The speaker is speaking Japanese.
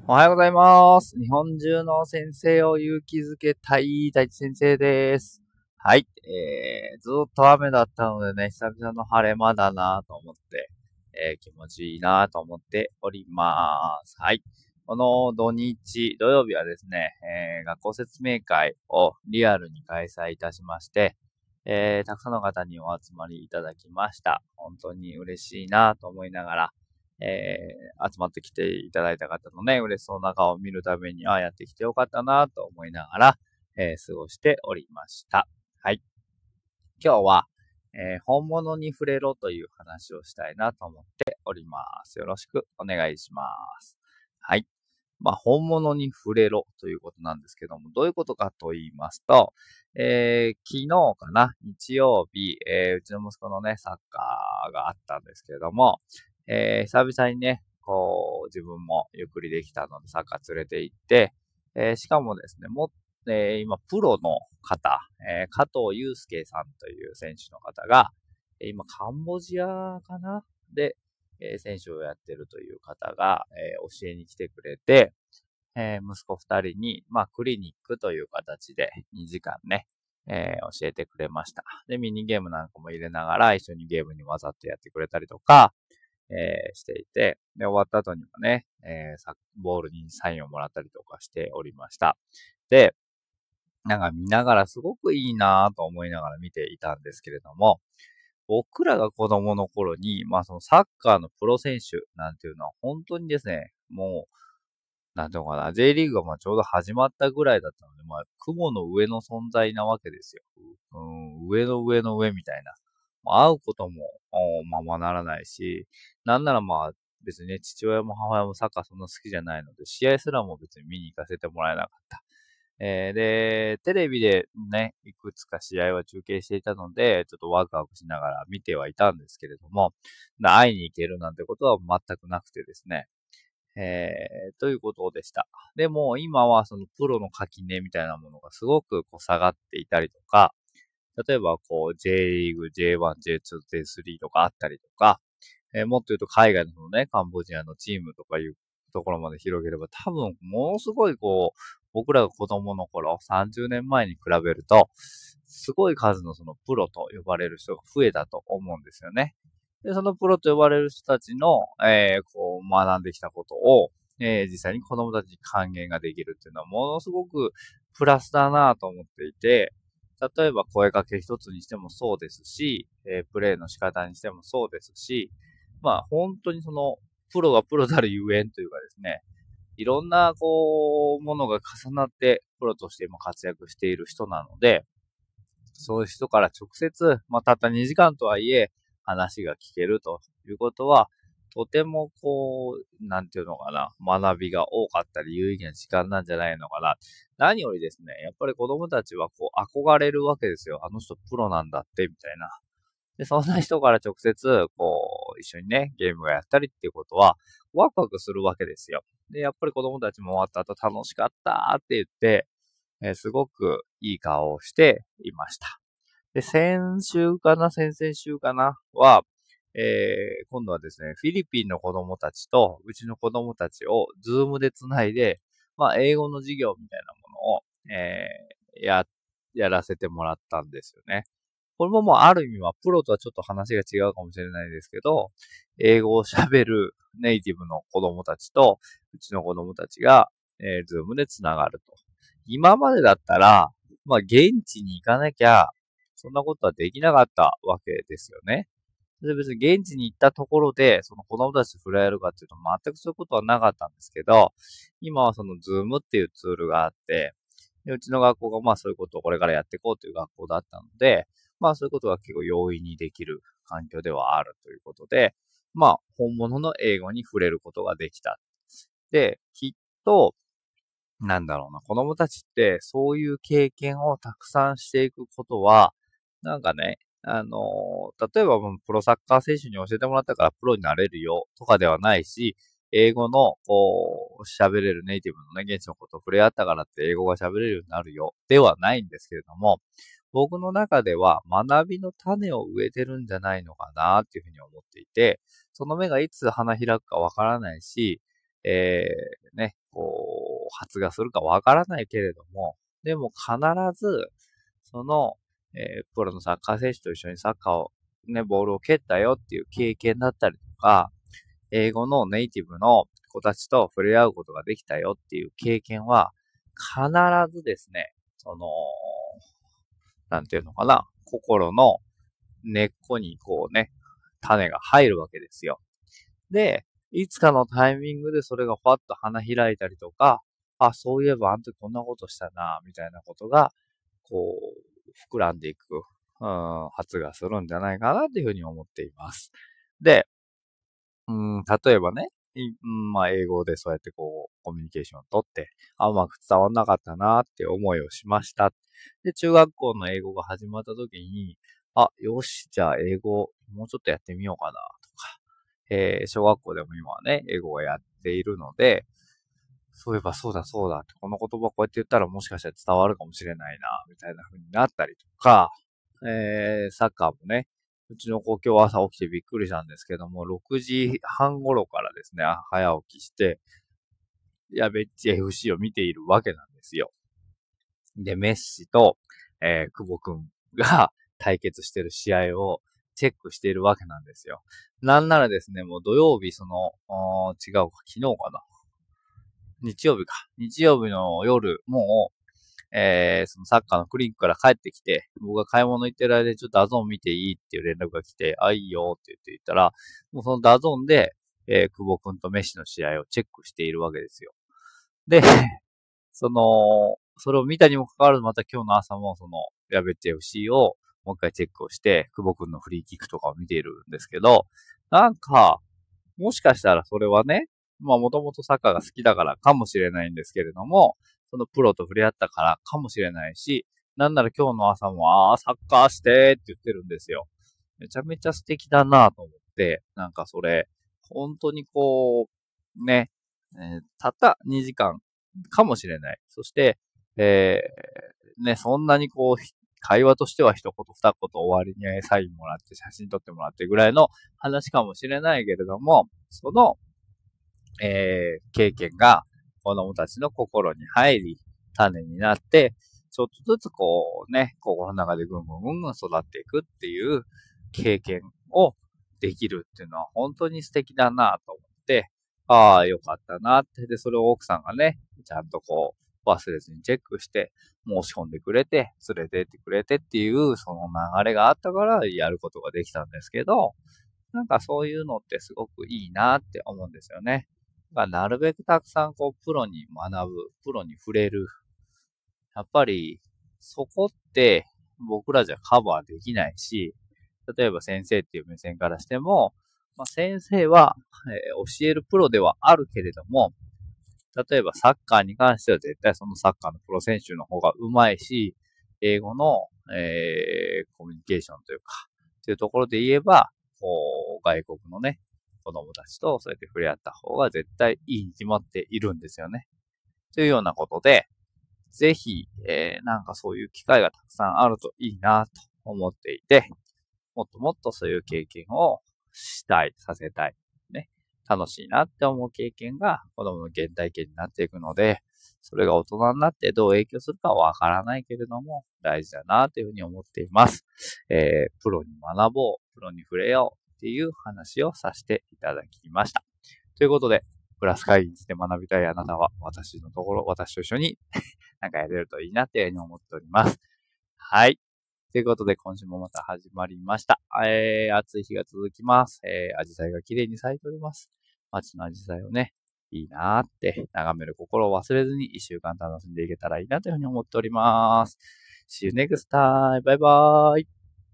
おはようございます。日本中の先生を勇気づけたい大地先生です。はい。ずっと雨だったのでね、久々の晴れ間だなと思って、気持ちいいなと思っております。はい。この土曜日はですね、学校説明会をリアルに開催いたしまして、たくさんの方にお集まりいただきました。本当に嬉しいなと思いながら、集まってきていただいた方のね、嬉しそうな顔を見るために、やってきてよかったなと思いながら、過ごしておりました。はい。今日は、本物に触れろという話をしたいなと思っております。よろしくお願いします。はい。本物に触れろということなんですけども、どういうことかと言いますと、昨日かな、日曜日、うちの息子のね、サッカーがあったんですけれども、久々にね、自分もゆっくりできたので、サッカー連れて行って、しかもですね、今、プロの方、加藤祐介さんという選手の方が、今、カンボジアかなで、選手をやってるという方が、教えに来てくれて、息子二人に、クリニックという形で2時間ね、教えてくれました。で、ミニゲームなんかも入れながら一緒にゲームに混ざってやってくれたりとか、していて、で、終わった後にもね、ボールにサインをもらったりとかしておりました。で、なんか見ながらすごくいいなぁと思いながら見ていたんですけれども、僕らが子供の頃に、そのサッカーのプロ選手なんていうのは本当にですね、もう、なんていうのかな、J リーグがちょうど始まったぐらいだったので、雲の上の存在なわけですよ。上の上の上みたいな。会うことも、ままならないし、なんなら別にね、父親も母親もサッカーそんな好きじゃないので、試合すらも別に見に行かせてもらえなかった。で、テレビでね、いくつか試合は中継していたので、ちょっとワクワクしながら見てはいたんですけれども、会いに行けるなんてことは全くなくてですね。ということでした。でも、今はそのプロの垣根みたいなものがすごく下がっていたりとか、例えばJ リーグ、J1、J2、J3 とかあったりとか、もっと言うと海外のね、カンボジアのチームとかいうところまで広げれば、多分ものすごい僕らが子供の頃、30年前に比べると、すごい数のそのプロと呼ばれる人が増えたと思うんですよね。で、そのプロと呼ばれる人たちの、学んできたことを、実際に子供たちに還元ができるっていうのはものすごくプラスだなと思っていて、例えば声かけ一つにしてもそうですし、プレイの仕方にしてもそうですし、本当にその、プロがプロたるゆえんというかですね、いろんな、ものが重なって、プロとして今活躍している人なので、そういう人から直接、たった2時間とはいえ、話が聞けるということは、とてもなんていうのかな、学びが多かったり、有意義な時間なんじゃないのかな。何よりですね、やっぱり子供たちは憧れるわけですよ。あの人プロなんだって、みたいな。で、そんな人から直接、一緒にね、ゲームをやったりっていうことは、ワクワクするわけですよ。で、やっぱり子供たちも終わった後楽しかったって言って、すごくいい顔をしていました。で、先々週かなは、今度はですね、フィリピンの子供たちと、うちの子供たちを、ズームでつないで、英語の授業みたいなものを、やらせてもらったんですよね。これもある意味は、プロとはちょっと話が違うかもしれないですけど、英語を喋るネイティブの子供たちと、うちの子供たちが、ズームでつながると。今までだったら、現地に行かなきゃ、そんなことはできなかったわけですよね。で、別に現地に行ったところで、その子供たちと触れ合えるかっていうと全くそういうことはなかったんですけど、今はそのズームっていうツールがあって、でうちの学校がそういうことをこれからやっていこうという学校だったので、そういうことが結構容易にできる環境ではあるということで、本物の英語に触れることができた。で、きっと、なんだろうな、子供たちってそういう経験をたくさんしていくことは、なんかね、例えばプロサッカー選手に教えてもらったからプロになれるよとかではないし、英語の、喋れるネイティブのね、現地のことを触れ合ったからって英語が喋れるようになるよではないんですけれども、僕の中では学びの種を植えてるんじゃないのかなっていうふうに思っていて、その芽がいつ花開くかわからないし、 発芽するかわからないけれども、でも必ず、その、プロのサッカー選手と一緒にサッカーを、ね、ボールを蹴ったよっていう経験だったりとか、英語のネイティブの子たちと触れ合うことができたよっていう経験は、必ずですね、なんていうのかな、心の根っこに種が入るわけですよ。で、いつかのタイミングでそれがファッと花開いたりとか、あ、そういえばあの時こんなことしたな、みたいなことが、膨らんでいく、発芽するんじゃないかなっていうふうに思っています。で、例えばね、英語でそうやってコミュニケーションをとって、うまく伝わんなかったなって思いをしました。で、中学校の英語が始まった時に、よし、じゃあ英語もうちょっとやってみようかなとか、小学校でも今はね、英語をやっているので、そういえばそうだそうだって、この言葉こうやって言ったらもしかしたら伝わるかもしれないな、みたいな風になったりとか、サッカーもね、うちの子今日朝起きてびっくりしたんですけども、6時半頃からですね、早起きして、ベッチ FC を見ているわけなんですよ。で、メッシと、久保くんが対決してる試合をチェックしているわけなんですよ。なんならですね、もう土曜日、違うか、昨日かな。日曜日か。日曜日の夜、もう、そのサッカーのクリニックから帰ってきて、僕が買い物行ってる間にちょっとダゾーン見ていいっていう連絡が来て、いいよって言ったら、もうそのダゾーンで、久保くんとメッシの試合をチェックしているわけですよ。で、それを見たにもかかわらず、また今日の朝もヤベッチ FC をもう一回チェックをして、久保くんのフリーキックとかを見ているんですけど、なんか、もしかしたらそれはね、もともとサッカーが好きだからかもしれないんですけれども、そのプロと触れ合ったからかもしれないし、なんなら今日の朝も、サッカーしてって言ってるんですよ。めちゃめちゃ素敵だなと思って、なんかそれ、本当にね、たった2時間かもしれない。そして、そんなに会話としては一言二言終わりにサインもらって写真撮ってもらってぐらいの話かもしれないけれども、その、経験が子供たちの心に入り、種になって、ちょっとずつ心の中でぐんぐんぐんぐん育っていくっていう経験をできるっていうのは本当に素敵だなと思って、よかったなって。で、それを奥さんがね、ちゃんと忘れずにチェックして、申し込んでくれて、連れてってくれてっていう、その流れがあったからやることができたんですけど、なんかそういうのってすごくいいなって思うんですよね。なるべくたくさんプロに学ぶ、プロに触れる。やっぱり、そこって僕らじゃカバーできないし、例えば先生っていう目線からしても、先生は、教えるプロではあるけれども、例えばサッカーに関しては絶対そのサッカーのプロ選手の方が上手いし、英語の、コミュニケーションというか、っていうところで言えば、外国のね、子供たちとそうやって触れ合った方が絶対いいに決まっているんですよね。というようなことで、ぜひ、なんかそういう機会がたくさんあるといいなと思っていて、もっともっとそういう経験をさせたい。ね。楽しいなって思う経験が子供の原体験になっていくので、それが大人になってどう影響するかはわからないけれども、大事だなというふうに思っています。プロに学ぼう、プロに触れようっていう話をさせていただきました。ということで、クラス会議にて学びたいあなたは、私と一緒になんかやれるといいなっていうふうに思っております。はい。ということで、今週もまた始まりました。暑い日が続きます。アジサイが綺麗に咲いております。街のアジサイをね、いいなーって眺める心を忘れずに一週間楽しんでいけたらいいなというふうに思っております。See you next time. バイバーイ。